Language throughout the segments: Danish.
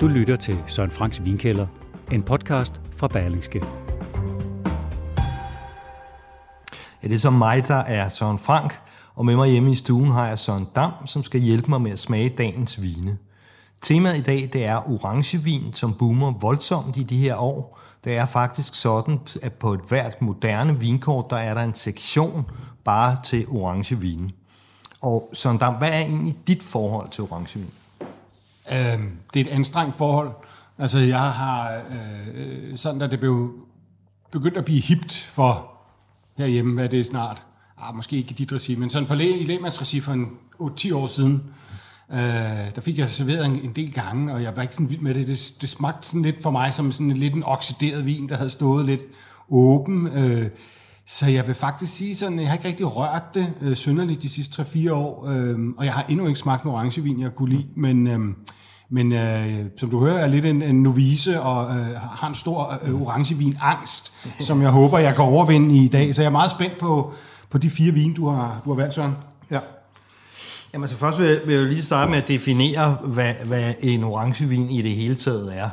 Du lytter til Søren Franks Vinkælder, en podcast fra Berlingske. Ja, det er så mig, der er Søren Frank, og med mig hjemme i stuen har jeg Søren Dam, som skal hjælpe mig med at smage dagens vine. Temaet i dag, det er orangevin, som boomer voldsomt i de her år. Det er faktisk sådan, at på et hvert moderne vinkort, der er der en sektion bare til orangevin. Og Søren Dam, hvad er egentlig dit forhold til orangevin? Det er et anstrengt forhold. Altså, jeg har sådan, at det blev begyndt at blive hipt for herhjemme, hvad det er snart. Måske ikke i dit regi, men sådan i lægmandsregi for 8-10 år siden, der fik jeg serveret en del gange, og jeg var ikke sådan vild med det. Det smagte sådan lidt for mig som sådan lidt en oxideret vin, der havde stået lidt åben. Så jeg vil faktisk sige sådan, jeg har ikke rigtig rørt det synderligt de sidste 3-4 år, og jeg har endnu ikke smagt en orangevin, jeg kunne lide, men som du hører, er lidt en novice og har en stor orangevin-angst, som jeg håber, jeg kan overvinde i dag. Så jeg er meget spændt på de 4 vine, du har valgt, Søren. Ja. Jamen, så først vil jeg lige starte med at definere, hvad en orangevin i det hele taget er.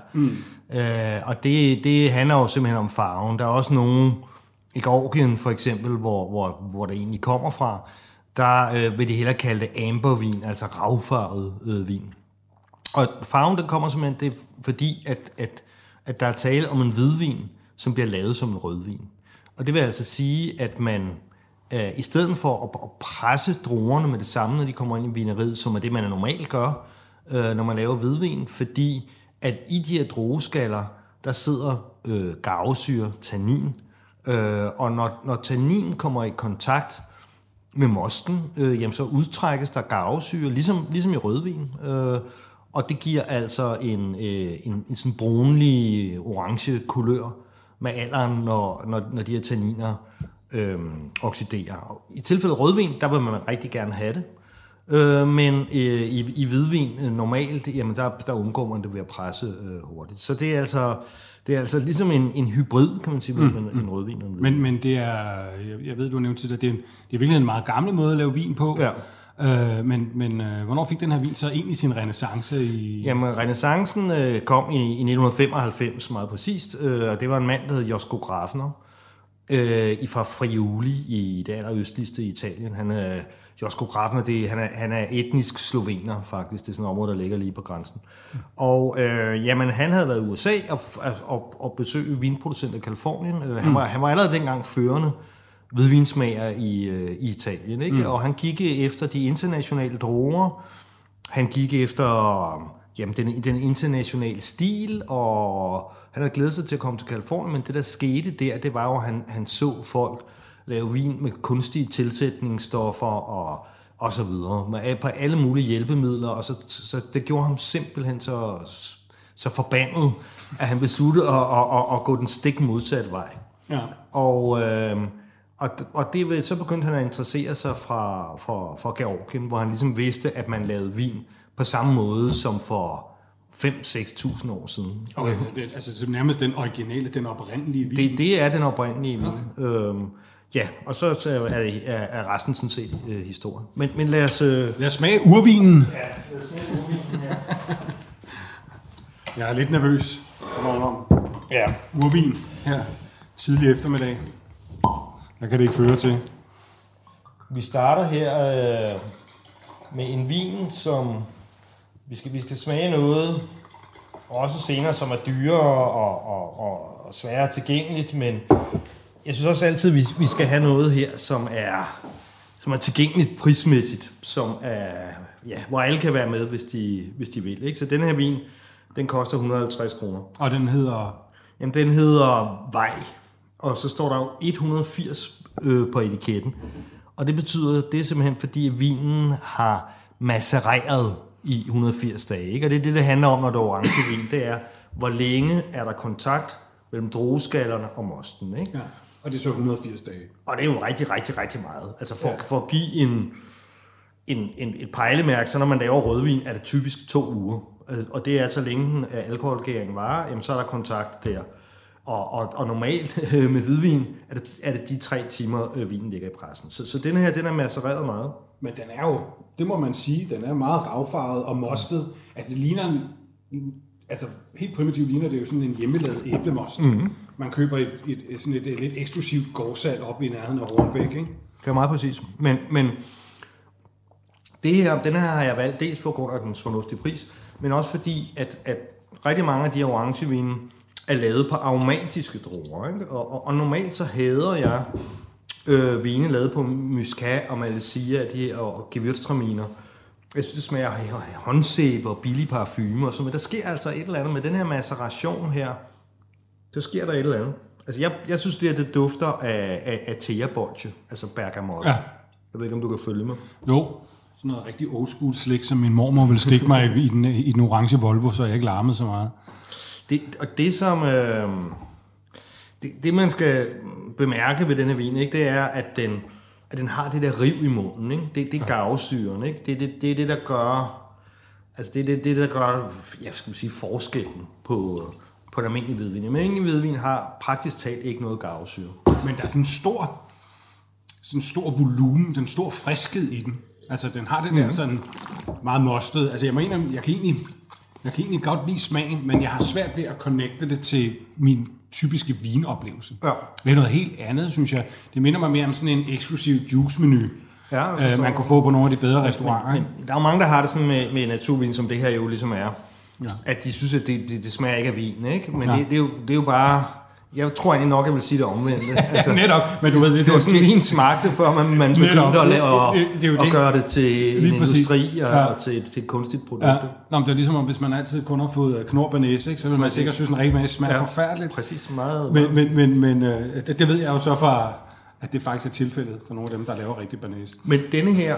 Og det handler jo simpelthen om farven. Der er også nogle, i Georgien for eksempel, hvor det egentlig kommer fra, der vil de hellere kalde det ambervin, altså ravfarvet vin. Og farven, den kommer simpelthen, det fordi, at der er tale om en hvidvin, som bliver lavet som en rødvin. Og det vil altså sige, at man i stedet for at presse druerne med det samme, når de kommer ind i vineriet, som er det, man normalt gør, når man laver hvidvin, fordi at i de her drueskaller, der sidder garvesyre, tannin, og når tannin kommer i kontakt med mosten, jamen så udtrækkes der garvesyre, ligesom i rødvin, og det giver altså en sådan brunlig orange kulør med alderen, når de her tanniner oxiderer. Og i tilfælde rødvin, der vil man rigtig gerne have det, men i hvidvin normalt, jamen der undgår man det ved at presse hurtigt. Så det er altså ligesom en hybrid, kan man sige, mellem en rødvin og en hvidvin. Men det er, jeg ved, du har nævnt til det, det er virkelig en meget gammel måde at lave vin på. Ja. Men hvornår fik den her vin så egentlig sin renæssance? Jamen, renæssancen kom i 1995, meget præcist, og det var en mand, der hed Josko Grafner, fra Friuli i det allerøstligste Italien. Josko Grafner, han er etnisk slovener, faktisk. Det er sådan et område, der ligger lige på grænsen. Og jamen, han havde været i USA og besøgte vinproducenter i Californien. Han var allerede dengang førende hvidvinsmager i Italien, ikke? Og han gik efter de internationale druer. Han gik efter den internationale stil, og han havde glædet sig til at komme til Californien, men det der skete der, det var jo, at han så folk lave vin med kunstige tilsætningsstoffer og så videre, på alle mulige hjælpemidler, og så det gjorde ham simpelthen så forbandet, at han besluttede at gå den stik modsatte vej. Ja. Og så begyndte han at interessere sig for Georgien, hvor han ligesom vidste, at man lavede vin på samme måde som for 5-6.000 år siden. Okay, altså nærmest den originale, den oprindelige vin? Det er den oprindelige vin. Ja, og så er resten sådan set historie. Men lad os smage urvinen. Ja, lad os smage urvinen her. Jeg er lidt nervøs. Ja. Urvin her tidlig eftermiddag. Hvad kan det ikke føre til? Vi starter her med en vin, som vi skal smage noget, også senere, som er dyrere og sværere tilgængeligt, men jeg synes også altid, at vi skal have noget her, som er tilgængeligt prismæssigt, som er, hvor alle kan være med, hvis de vil. Ikke? Så den her vin, den koster 150 kroner. Og den hedder? Jamen, den hedder Vej, og så står der jo 180 på etiketten. Og det betyder, det er simpelthen fordi, at vinen har macereret i 180 dage. Ikke? Og det handler om, når det er orangevin, det er, hvor længe er der kontakt mellem drueskallerne og mosten. Ikke? Ja, og det er så 180 dage. Og det er jo rigtig, rigtig, rigtig meget. Altså for at give et pejlemærke, så når man laver rødvin, er det typisk 2 uger. Og det er så længe alkoholgæringen varer, jamen, så er der kontakt der. Og normalt med hvidvin er det de 3 timer, vinen ligger i pressen. Så den her, den er macereret meget. Men den er jo, det må man sige, den er meget ravfarvet og mostet. Altså det ligner altså helt primitivt ligner det jo sådan en hjemmelavet æblemost. Mm-hmm. Man køber et lidt eksklusivt gårdsal op i nærheden af Hornbæk, ikke? Det er meget præcis. Men den her har jeg valgt dels på grund af dens fornuftige pris, men også fordi, at rigtig mange af de her orangevine er lavet på aromatiske druer. Ikke? Og normalt så hader jeg vine lavet på muscat og malvasia og gewürztraminer. Jeg synes, det smager af håndsæbe og billig parfume og sådan, men der sker altså et eller andet med den her maceration her. Der sker der et eller andet. Altså, jeg synes, det dufter af teabolche, altså bergamot. Ja. Jeg ved ikke, om du kan følge mig. Jo, sådan noget rigtig old school slik, som min mormor ville stikke mig i den orange Volvo, så jeg ikke larmede så meget. Det man skal bemærke ved denne vin, ikke, det er, at den har det der riv i munden. Ikke? Det er garvesyren. Ikke? Det er det, der gør... Altså, det er det, der gør, jeg skal sige, forskellen på en almindelig hvidvin. Men en almindelig hvidvin har praktisk talt ikke noget garvesyre. Men der er sådan en stor volumen, den stor friskhed i den. Altså, den har den der sådan meget mostet. Altså, jeg mener, jeg kan egentlig godt lide smagen, men jeg har svært ved at connecte det til min typiske vinoplevelse. Ja. Det er noget helt andet, synes jeg. Det minder mig mere om sådan en eksklusiv juice-menu, man kunne få på nogle af de bedre restauranter. Men der er jo mange, der har det sådan med naturvin, som det her jo ligesom er. Ja. At de synes, at det smager ikke af vin, ikke? Men det er jo bare... Jeg tror egentlig nok, jeg vil sige det omvendt. Altså, netop, men du ved, det var sådan vin smagte, før man begyndte at gøre det til en industri og til et kunstigt produkt. Ja. Nå, men det er ligesom, om hvis man altid kun har fået knor banæs, så vil man sikkert synes, en rigtig masse smager forfærdeligt. Præcis, meget. Men det ved jeg jo så fra, at det faktisk er tilfældet for nogle af dem, der laver rigtig banæs. Men denne her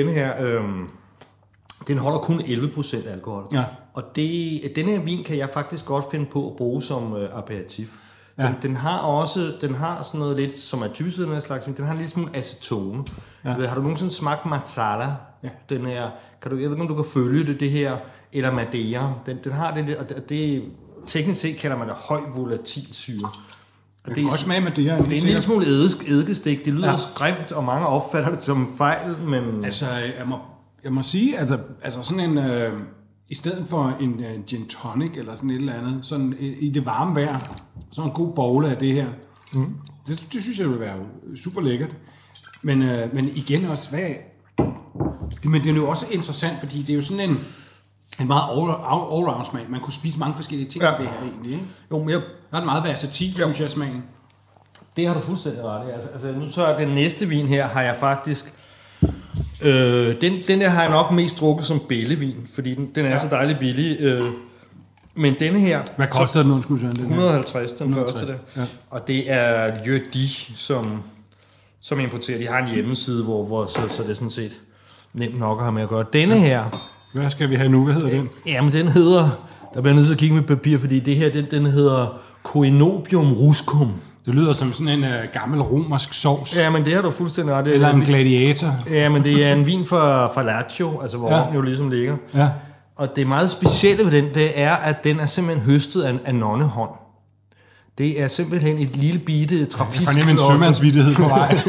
den holder kun 11% alkohol. Ja. Og denne her vin kan jeg faktisk godt finde på at bruge som aperitif. Ja. Den har sådan noget lidt, som er typisk den her slags vin, den har lidt sådan acetone. Ja. Har du nogensinde smagt Marsala? Ja. Den her, jeg ved ikke, om du kan følge det her, eller Madeira. Den har det, og det teknisk set kalder man det høj volatilsyre. Og det er også smag Madeira. Det er en lille smule eddikestik. Det lyder grimt, og mange opfatter det som en fejl, men... Altså, jeg må sige, at altså sådan en... I stedet for en gin tonic eller sådan et eller andet, sådan i det varme vejr, sådan en god bogle af det her. Mm. Det synes jeg vil være super lækkert. Men igen også, men det er jo også interessant, fordi det er jo sådan en meget all-round smag. Man kunne spise mange forskellige ting af det her egentlig, ikke? Jo, men der er meget versatil, synes jeg, smagen. Det har du fuldstændig ret i. Altså nu så den næste vin her, har jeg faktisk... Den der har jeg nok mest drukket som bællevin, fordi den er så dejligt billig. Men denne her... Hvad koster den, undskyld, Søren? 150, den første der. Ja. Og det er Lieu-Di, som importerer. De har en hjemmeside, hvor så det er sådan set nemt nok at have med at gøre. Denne her... Hvad skal vi have nu? Hvad hedder den? Jamen, den hedder... Der bliver jeg nødt til at kigge med papir, fordi det her, den hedder Coenobium ruscum. Det lyder som sådan en gammel romersk sovs. Ja, men det har du fuldstændig ret. Eller en gladiator. Ja, men det er en vin fra Lazio, altså hvor den jo ligesom ligger. Ja. Og det meget specielle ved den, det er, at den er simpelthen høstet af nonnehånd. Det er simpelthen et lille bitte trapisk. Jeg fornemmer en sømandsvittighed på vej.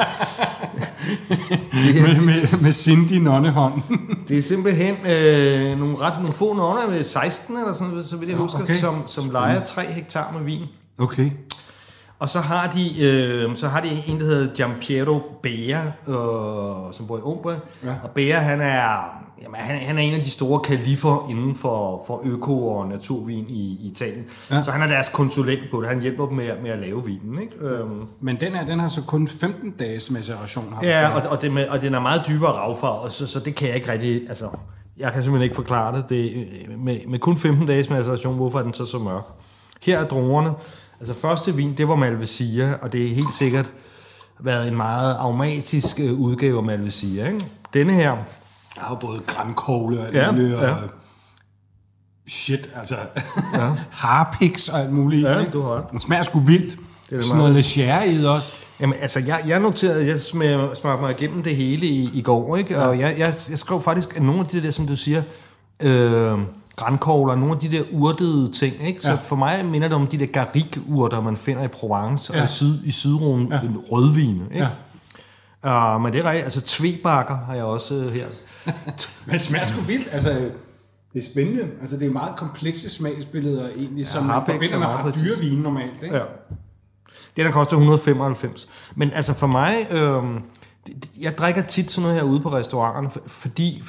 med sindig nonnehånd. Det er simpelthen nogle få nonner med 16 eller sådan, så vil jeg huske, som lejer 3 hektar med vin. Okay. Og så har de en, der hedder Giampiero Bea, som bor i Umbre. Ja. Og Bea, han er en af de store kalifer inden for øko- og naturvin i Italien. Ja. Så han er deres konsulent på det. Han hjælper dem med at lave vinen. Ikke? Men den har så kun 15 dages maceration. Ja, og den er meget dybere ravfarvet, så det kan jeg ikke rigtig... Altså, jeg kan simpelthen ikke forklare det. Med kun 15 dages maceration, hvorfor er den så mørk? Her er druerne. Altså første vin, det var Malvasia, og det er helt sikkert været en meget aromatisk udgave af Malvasia, ikke? Denne her... Der er jo både grankogle og og shit, altså harpiks og alt muligt. Ja, du har. Den smager sgu vildt. Det er sådan noget lidt sherry i det også. Jamen altså, jeg noterede, jeg smagte mig igennem det hele i går, ikke? Ja. Og jeg skrev faktisk, at nogle af de der, som du siger... grankogler, nogle af de der urtede ting, ikke? Så for mig minder det om de der garrigue-urter, man finder i Provence og i Sydrhône, rødvin, ikke? Ja. Men det er rigtigt, altså tvebakker har jeg også her. Men det smager sgu vildt, altså Det er spændende. Altså, det er meget komplekse smagsbilleder egentlig, som man forbinder med ret dyre vine normalt, ikke? Ja. Den der koster 195. Men altså for mig, jeg drikker tit sådan noget her ude på restauranterne, fordi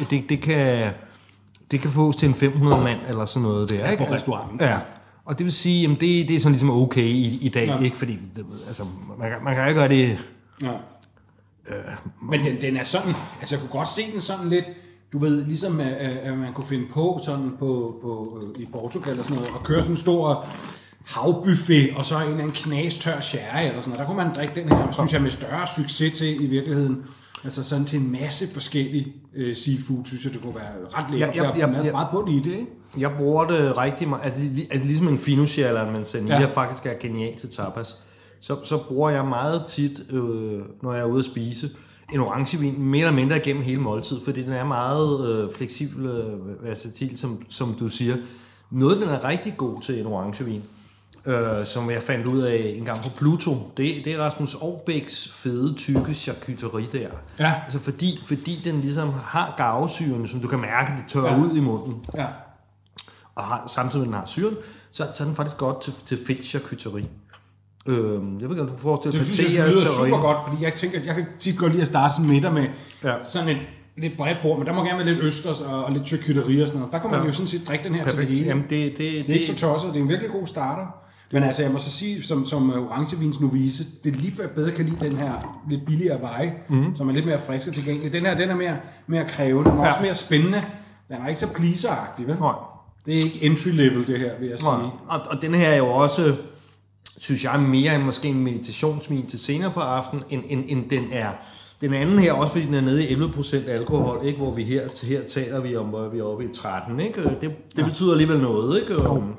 det kan fås til en 500 mand eller sådan noget der, ikke? På restauranten. Ja. Og det vil sige, jamen det er sådan ligesom okay i dag, ikke? Fordi altså, man kan ikke gøre det. Ja. Men den er sådan, altså jeg kunne godt se den sådan lidt, du ved, ligesom at man kunne finde på sådan på i Portugal og sådan noget, og køre sådan en stor havbuffet, og så en eller anden knastør sherry eller sådan noget. Der kunne man drikke den her, synes jeg, med større succes til i virkeligheden. Altså sådan til en masse forskellige seafood, synes jeg, det kunne være ret lækkert. Jeg er meget bundet i det, ikke? Jeg bruger det rigtig meget, altså ligesom en finouche eller en manzanilla faktisk er genial til tapas. Så bruger jeg meget tit, når jeg er ude at spise, en orangevin mere eller mindre igennem hele måltid, fordi den er meget fleksibel, versatil, som du siger. Noget, den er rigtig god til en orangevin, som jeg fandt ud af en gang på Pluto, det er Rasmus Aarbæks fede, tykke charcuterie der. Ja. Altså fordi den ligesom har garvesyren, som du kan mærke, det tørrer ud i munden. Ja. Og samtidig med den har syren, så er den faktisk godt til fedt charcuterie. Jeg ved ikke, om du kan forestille dig. Det synes jeg lyder super godt, fordi jeg tænker, at jeg kan tit godt lide at starte sådan middag med sådan et lidt bredt bord, men der må gerne være lidt østers og lidt charcuterie og sådan noget. Der kan man jo sådan set drikke den her til det hele. Jamen, det er ikke så tosset, det er en virkelig god starter. Men altså, jeg må så sige, som orangevins novice, det er lige før jeg bedre kan lide den her lidt billigere veje, som er lidt mere frisk og tilgængelig. Den her, den er mere krævende, men også mere spændende. Den er ikke så pleaser-agtig, vel? Nej. Det er ikke entry-level, det her, vil jeg sige. Og den her er jo også, synes jeg, mere end måske en meditationsvin til senere på aftenen, end den er. Den anden her, også fordi den er nede i 11% alkohol, ikke? Hvor vi her taler vi om, hvor vi er oppe i 13, ikke? Det betyder alligevel noget, ikke?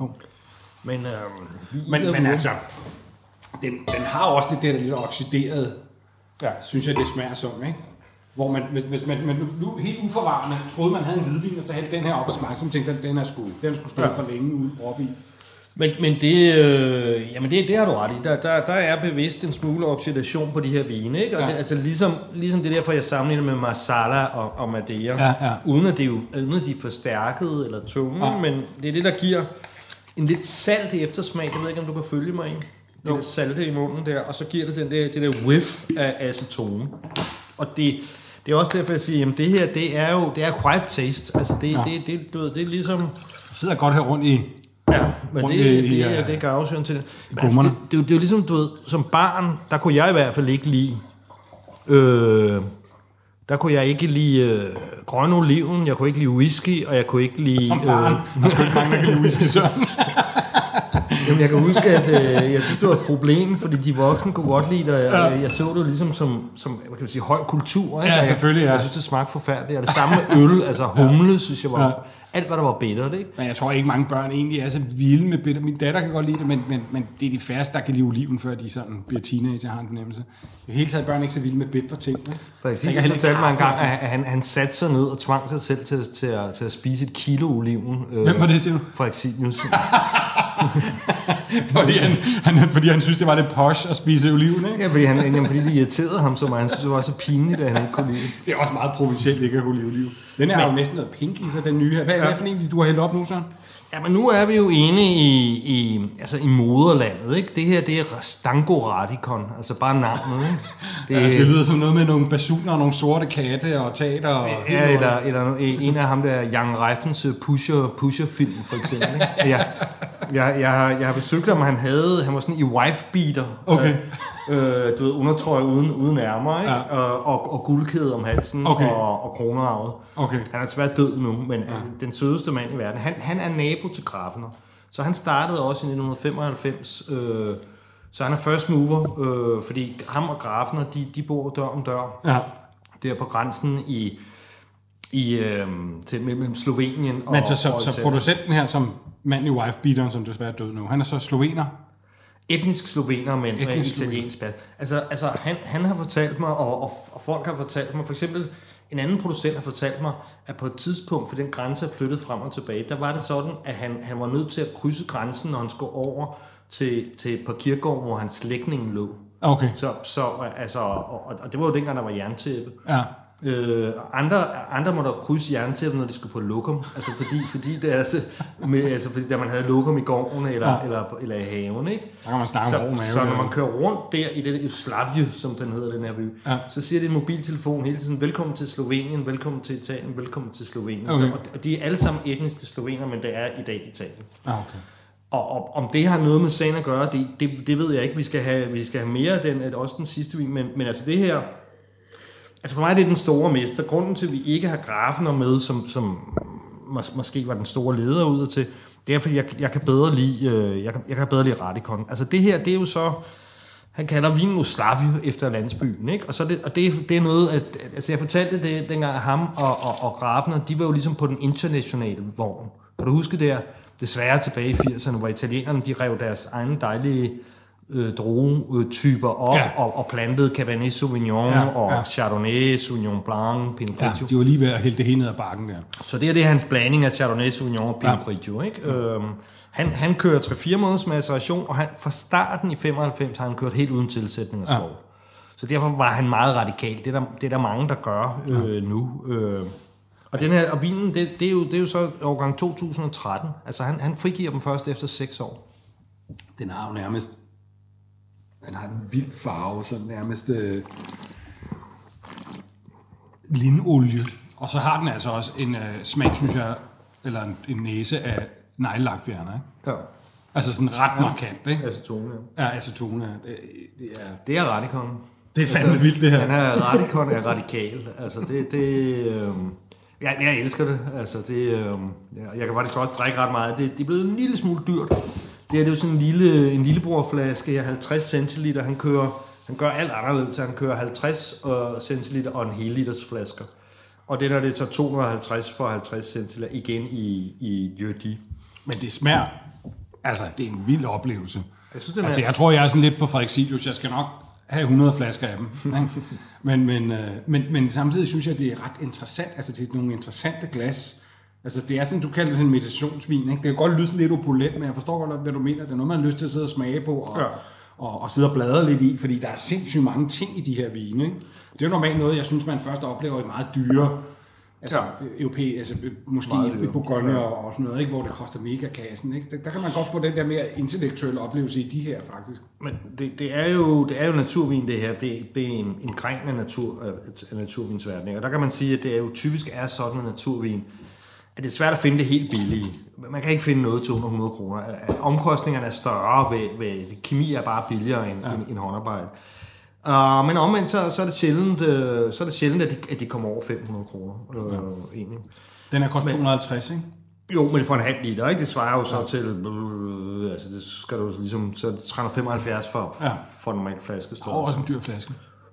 Men altså, den har også det der lidt oxideret, synes jeg, det smager som, ikke? Hvor man, hvis man nu helt uforvarende troede, man havde en hvidvin, og så hældte den her op og smagte, så tænkte den skulle stå for længe uden prop i. Men det har du ret i. Der er bevidst en smule oxidation på de her vine, ikke? Og det, altså ligesom det derfor jeg sammenligner med Marsala og Madeira, uden at de er forstærket eller tunge, men det er det der giver en lidt salt eftersmag. Jeg ved ikke om du kan følge mig i. Det der salte i munden der, og så giver det det der whiff af acetone. Og det er også derfor jeg siger, at det her det er quiet taste. Altså det er ligesom sidder godt her rundt i. Ja, men det er gavsyren til det. Altså, det er jo ligesom, du ved, som barn, der kunne jeg i hvert fald ikke lide, grøn oliven, jeg kunne ikke lide whisky, og jeg kunne ikke lide... Som barn, der skulle ikke mange, der kan lide whisky, Søren. Jamen, jeg kan huske, at jeg synes, det var et problem, fordi de voksne kunne godt lide det, og jeg så det ligesom som hvad kan man sige, høj kultur. Ikke? Ja, selvfølgelig, Jeg synes, det smagte forfærdeligt. Og det samme med øl, altså humle, synes jeg var... Alt, hvad der var bittert, ikke? Men jeg tror ikke, mange børn egentlig er så vilde med bitter. Min datter kan godt lide det, men det er de færreste, der kan lide oliven, før de sådan bliver teenager, har en fornemmelse. I hele taget børn ikke så vilde med bitre ting. Jeg fortalte mig en gang, at han satte sig ned og tvang sig selv til at spise 1 kilo oliven. Hvem var det, siger du? Frexinius. fordi han synes, det var lidt posh at spise oliven, ikke? Ja, fordi det irriterede ham så meget. Han synes, det var så pinligt, at han ikke kunne lide det. Det er også meget provincielt, ikke at kunne lide oliven. Den er jo næsten noget pink i sig, den nye her. Hvad for en, du har hældt op nu, så? Ja, men nu er vi jo inde i moderlandet, ikke? Det her, det er Stango Radicon, altså bare navnet, ikke? Det lyder som noget med nogle basuner og nogle sorte katte og teater. Og eller en af ham der, Jan Reifens Pusher-film, for eksempel, ikke? Jeg har besøgt ham, han var sådan i wife-beater. Okay. Du ved, undertrøje uden ærmer, ikke? Og guldkæde om halsen og kronerarvet. Okay. Han er svært død nu, men den sødeste mand i verden. Han er nabo til Grafner. Så han startede også i 1995. Så han er first mover, fordi ham og Grafner, de bor dør om dør. Ja. Der på grænsen mellem Slovenien og... Men så producenten her, som mand i wife-beateren, som desværre er død nu, han er så slovener? Etnisk slovener, men med italiensk bad. Altså han har fortalt mig, og folk har fortalt mig, for eksempel en anden producent har fortalt mig, at på et tidspunkt, for den grænse er flyttet frem og tilbage, der var det sådan, at han var nødt til at krydse grænsen, når han skulle over til på kirkegården, hvor hans slægtning lå. Okay. Så altså, og det var jo dengang, der var jerntæppe. Ja. Andre må der krydse jerntæppet, når de skulle på lokum. Altså fordi det er fordi da man havde lokum i gården eller i haven, ikke? Der kan man snakke om så når man kører rundt der i det Slavje, som den hedder, den her by, så siger det en mobiltelefon hele tiden, velkommen til Slovenien, velkommen til Italien, velkommen til Slovenien. Okay. Og de er alle sammen etniske slovener, men det er i dag Italien. Okay. Og om det har noget med sagen at gøre, det ved jeg ikke. Vi skal have mere af den, også den sidste vin, men altså det her. Altså for mig det er den store mester. Grunden til, at vi ikke har Grafener med, som måske var den store leder ud til, det er, fordi jeg kan bedre lide Radikon. Altså det her, det er jo så, han kalder vinen Oslavie efter landsbyen, ikke? Og det er noget, altså jeg fortalte det dengang, ham og Grafener, de var jo ligesom på den internationale vogn. Kan du huske det her? Desværre tilbage i 80'erne, hvor italienerne, de rev deres egne dejlige druetyper op og plantede Cabernet Sauvignon og Chardonnay, Sauvignon Blanc, Pinot Grigio. Ja, de var lige ved at hælde det hele ned ad bakken der. Så det er hans blanding af Chardonnay, Sauvignon og Pinot Grigio, ikke? Han kører 3-4 måneders maceration, og i 95 har han kørt helt uden tilsætning af svovl. Så derfor var han meget radikal. Det er der mange, der gør nu. Og den her, og vinen, det er jo så årgang 2013. Altså han frigiver dem først efter 6 år. Den har jo nærmest... Den har en vild farve, så nærmest linolie. Og så har den altså også en smag, synes jeg, eller en næse af neglelakfjerner, ikke? Ja. Altså sådan ret markant, ikke? Acetone, Ja, acetone. Det er Radikon. Det er fandme vildt, det her. Den her Radikon er radikal. Altså jeg elsker det. Altså jeg kan faktisk også drikke ret meget. Det er blevet en lille smule dyrt. Det er jo sådan en lillebrorflaske her, 50 centiliter. Han gør alt anderledes. Han kører 50 centiliter og en hel liters flasker. Og det der, det tager 250 for 50 centiliter igen i Jødi. Men det smager, altså det er en vild oplevelse. Jeg synes, jeg tror, jeg er sådan lidt på Frederik. Jeg skal nok have 100 flasker af dem. men samtidig synes jeg, det er ret interessant. Altså det er nogle interessante glas. Altså det er sådan, du kalder det sådan en meditationsvin, ikke? Det kan godt lyde sådan lidt opulent, men jeg forstår godt, hvad du mener. Det er noget, man har lyst til at sidde og smage på og sidde og bladre lidt i, fordi der er sindssygt mange ting i de her vine, ikke? Det er jo normalt noget, jeg synes, man først oplever i meget dyre, altså europæisk, altså måske i Bourgogne og sådan noget, ikke? Hvor det koster mega kassen, ikke? Der kan man godt få den der mere intellektuelle oplevelse i de her, faktisk. Men det er jo naturvin, det her. Det er en gren af naturvinsverdenen, og der kan man sige, at det er jo typisk er sådan en naturvin, at det er svært at finde det helt billige. Man kan ikke finde noget til under 100 kroner. Omkostningerne er større ved kemi er bare billigere end håndarbejde. Men omvendt så er det sjældent, at de kommer over 500 kroner. Egentlig. Den er kost 250, ikke? Jo, men for en halv liter, ikke? Det svarer jo så til, altså det skal du ligesom, så 375 for en normal flaske. Og også en dyr flaske.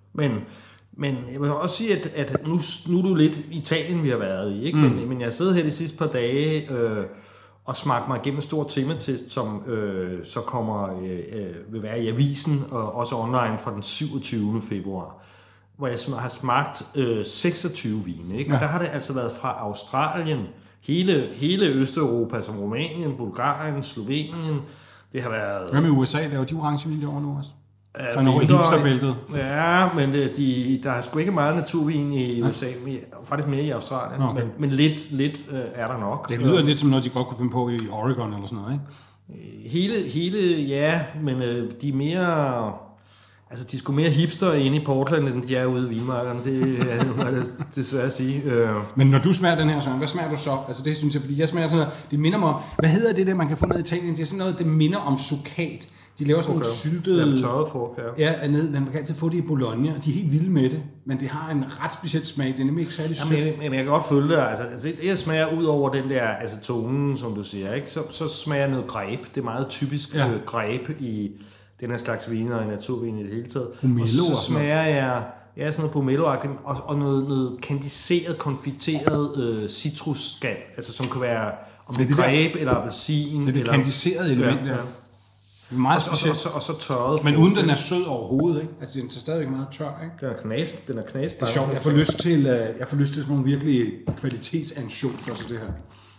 Men jeg vil også sige, at nu er du lidt Italien, vi har været i, ikke? Men jeg sidder her de sidste par dage og smagte mig igennem en stor tematest, som så vil være i avisen og også online fra den 27. februar, hvor jeg har smagt 26 vine, ikke? Og der har det altså været fra Australien, hele Østeuropa, som Rumænien, Bulgarien, Slovenien. Det har været... Hvad med USA? Laver de orange vin over nu også? Sådan over hipsterbæltet. Ja, men der er sgu ikke meget naturvin i USA, faktisk mere i Australien, okay. men lidt er der nok. Det lyder lidt som noget, de godt kunne finde på i Oregon eller sådan noget, ikke? Hele ja, men de er mere... Altså, de er sgu mere hipster inde i Portland, end de er ude i vinmarkerne. Det er desværre at sige. Men når du smager den her, Søren, hvad smager du så? Altså, det synes jeg, fordi jeg smager sådan noget, det minder mig om... Hvad hedder det der, man kan få ned i Italien? Det er sådan noget, det minder om succat. De laver sådan nogle syltede... Ja, tørret forkær. Ja, ned, man kan altid få det i Bologna, og de er helt vilde med det. Men det har en ret speciel smag. Det er nemlig ikke særlig sødt. Men jeg kan godt følge det. Altså, det her smager ud over den der tonen, som du siger, ikke? Så smager noget greb. Det er meget typisk greb i den her slags viner og naturvin i det hele taget. Pomelo, og så smager jeg sådan noget pomelo-agtigt, og noget kandiseret, konfiteret citrusskal, altså som kan være om det er greb eller appelsin. Det er det kandiserede element der. Det er meget specielt. Og så tørret. Men uden den er sød overhovedet, ikke? Altså den er stadigvæk meget tør, ikke? Den er knas. Det er sjovt. Jeg får lyst til sådan nogle virkelig kvalitetsansjoner til det her.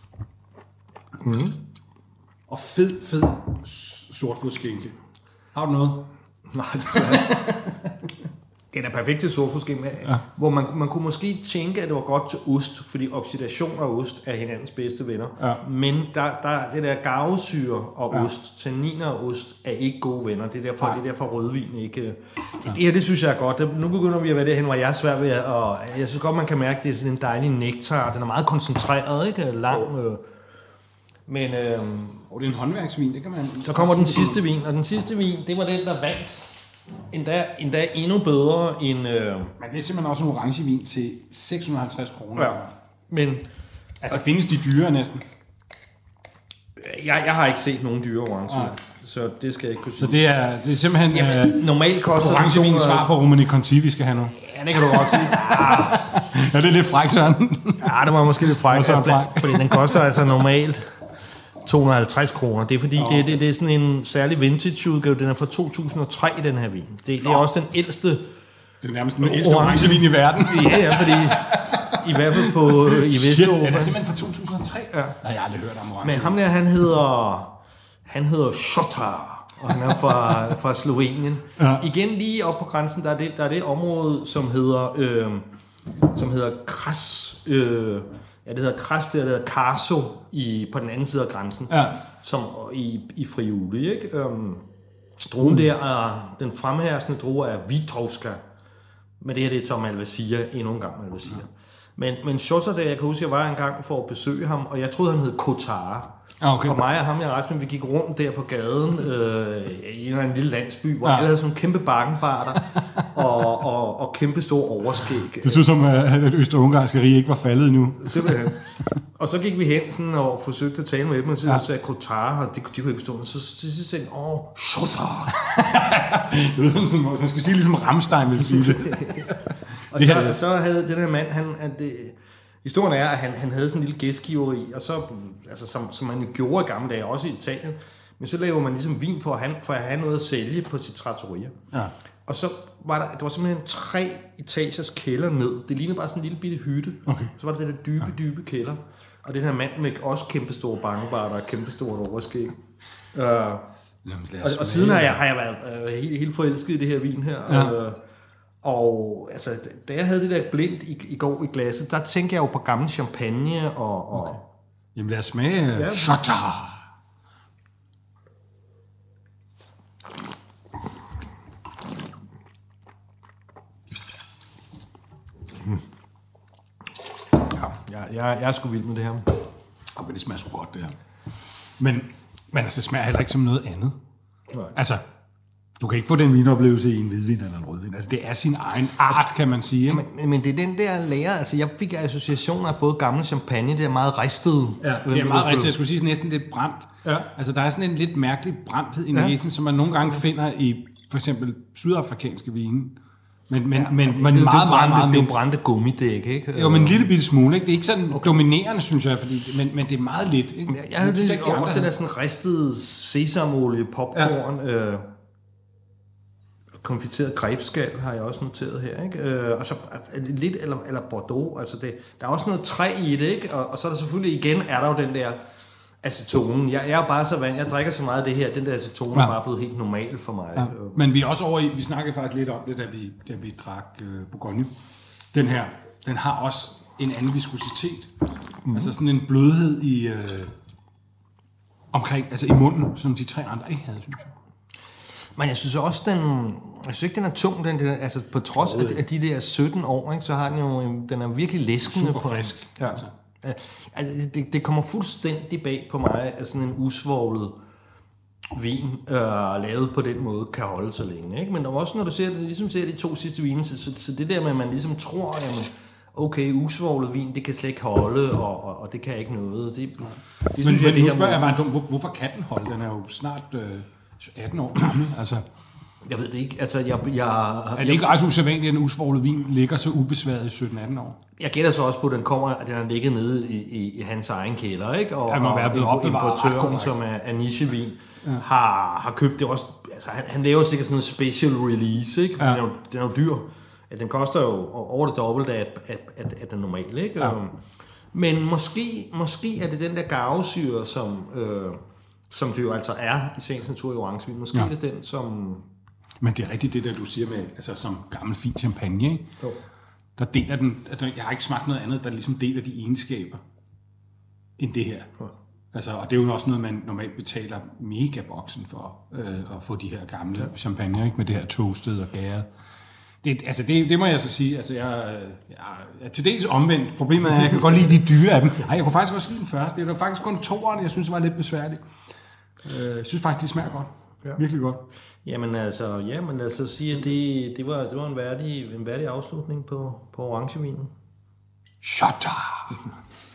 Og fed sortfodskinke. Har du noget? Nej, desværre. Den er perfekt til sortforskim, hvor man kunne måske tænke, at det var godt til ost, fordi oxidation og ost er hinandens bedste venner. Ja. Men der det der garvesyre og ost, tanniner og ost, er ikke gode venner. Det er derfor rødvin ikke... Det her, det synes jeg er godt. Nu begynder vi at være derhen, hvor jeg er svær ved og jeg synes godt, man kan mærke, at det er sådan en dejlig nektar. Den er meget koncentreret, ikke? Lang... Men... det er en håndværksvin, det kan man... Så kommer den sidste vin, og den sidste vin, det var den, der vandt. Endda endnu bedre end... Men det er simpelthen også en orangevin til 650 kroner. Ja, men... Altså findes de dyre næsten? Jeg har ikke set nogen dyre orangevin, så det skal jeg ikke kunne sige. Så det er simpelthen... Jamen, normalt koster orangevin svar på Romanée Conti, vi skal have nu. Ja, det kan du godt sige. Ja, det er lidt fræk, Søren. Ja, det var måske lidt fræk, fordi den koster altså normalt 250 kroner. Det er fordi, det er sådan en særlig vintage-udgave. Den er fra 2003, den her vin. Det er også den ældste... Det er nærmest den ældste orangevin i verden. Ja, fordi... I hvert fald i Vesteuropa. Den er simpelthen fra 2003. Ja. Nej, jeg har aldrig hørt om orangevin. Men ham der, han hedder Šotar, og han er fra Slovenien. Ja. Igen lige op på grænsen, der er det område, som hedder Kras. Det hedder Kras, det hedder Karso på den anden side af grænsen, som i Friuli, ikke? Druen der er den fremherskende drue er Vitrovska. Men det her, det er Tom Malvasia, endnu en gang Malvasia. Men Šotar, der jeg kan huske, jeg var engang for at besøge ham, og jeg troede, han hed Kotar. Okay. Og mig og ham, jeg rejste med, vi gik rundt der på gaden i en lille landsby, hvor alle havde sådan kæmpe bakkenbarter og kæmpe store overskæg. Det synes som, at øst-ungarske rige ikke var faldet endnu. Simpelthen. Og så gik vi hen sådan, og forsøgte at tale med dem, og så sagde Kotar, og de kunne ikke forstå det. Så sagde de, Šotar. Man skal sige ligesom Rammstein vil sige det. Og så havde den her mand, historien er, at han havde sådan en lille gæstgiveri, og så, altså, som man jo gjorde i gamle dage, også i Italien, men så laver man ligesom vin for at have noget at sælge på sit trattoria. Ja. Og så var der var simpelthen 3 etagers kælder ned. Det lignede bare sådan en lille bitte hytte. Okay. Så var der den der dybe kælder. Og den her mand med også kæmpe store bangebarter og kæmpe stort overskæg. Og siden har jeg været helt forelsket i det her vin her. Ja. Og altså, da jeg havde det der blindt i går i glasset, der tænkte jeg jo på gammel champagne og... Okay. Jamen lad os smage. Šotar. Ja, jeg er sgu vild med det her. Men det smager sgu godt, det her. Men altså, det smager heller ikke som noget andet. Nej. Altså... Du kan ikke få den vinoplevelse i en hvidvin eller en rødvin. Altså, det er sin egen art, kan man sige. Men det er den der lære. Altså, jeg fik associationer af både gammel champagne, det er meget ristet. Ja, det er meget ristet. Jeg skulle sige næsten lidt brændt. Ja. Altså, der er sådan en lidt mærkelig brændthed i næsen, som man nogle gange finder i for eksempel sydafrikanske vine. Men meget det er jo brændte gummidæk, ikke? Jo, men en lille bitte smule, ikke? Det er ikke sådan dominerende, synes jeg, men det er meget lidt, ikke? Jeg havde det også den der sådan ristede sesamolie, popcorn, konfiteret grebskal har jeg også noteret her, ikke? Og så lidt eller Bordeaux, altså der er også noget træ i det, ikke? Og så er der selvfølgelig igen er der jo den der acetonen. Jeg er bare så vant, jeg drikker så meget af det her, den der acetone er bare blevet helt normal for mig. Ja. Men vi er også over i, vi snakkede faktisk lidt om det, da vi drak Bourgogne. Den her, den har også en anden viskositet. Altså sådan en blødhed i omkring, altså i munden, som de 3 andre ikke havde, synes jeg. Men jeg synes også, jeg synes ikke, den er tung, altså på trods af de der 17 år, ikke, så har den jo, den er virkelig læskende. Super frisk. Ja. Altså, det kommer fuldstændig bag på mig, at sådan en usvovlet vin, lavet på den måde, kan holde så længe, ikke? Men også når du ser de 2 sidste vine, så det der med, at man ligesom tror, jamen, okay, usvovlet vin, det kan slet ikke holde, og det kan ikke noget. Det synes jeg, nu spørger jeg bare, hvorfor kan den holde? Den er jo snart 18 år gammel, altså. Jeg ved det ikke. Altså, er det ikke ret usædvanligt, at en usvovlet vin ligger så ubesværet i 17-18 år? Jeg gætter så også på, at den har ligget nede i hans egen kælder, ikke? Og, må være blevet opbevaret. Importøren, som er nichevin, har købt det også. Altså, han laver sikkert sådan noget special release, ikke? For den er jo dyr. Den koster jo over det dobbelte af den normale, ikke? Ja. Men måske er det den der garvesyre, som det jo altså er i sagens natur i orangevin. Måske er det den, som Men det er rigtigt det, der du siger med, altså som gammel fin champagne, ikke? Jo. Der deler den, altså jeg har ikke smagt noget andet, der ligesom deler de egenskaber, end det her. Jo. Altså, og det er jo også noget, man normalt betaler megaboksen for, at få de her gamle champagne, ikke? Med det her toastet og gæret. Det må jeg så sige, altså jeg er til dels omvendt. Problemet er, at jeg kan godt lide de dyre af dem. Ej, jeg kunne faktisk også lide den første. Det var faktisk kun toeren, jeg synes var lidt besværligt. Jeg synes faktisk, det smager godt. Ja. Virkelig godt. Jamen altså sige, at det var en værdig afslutning på orangevinen. Shut up!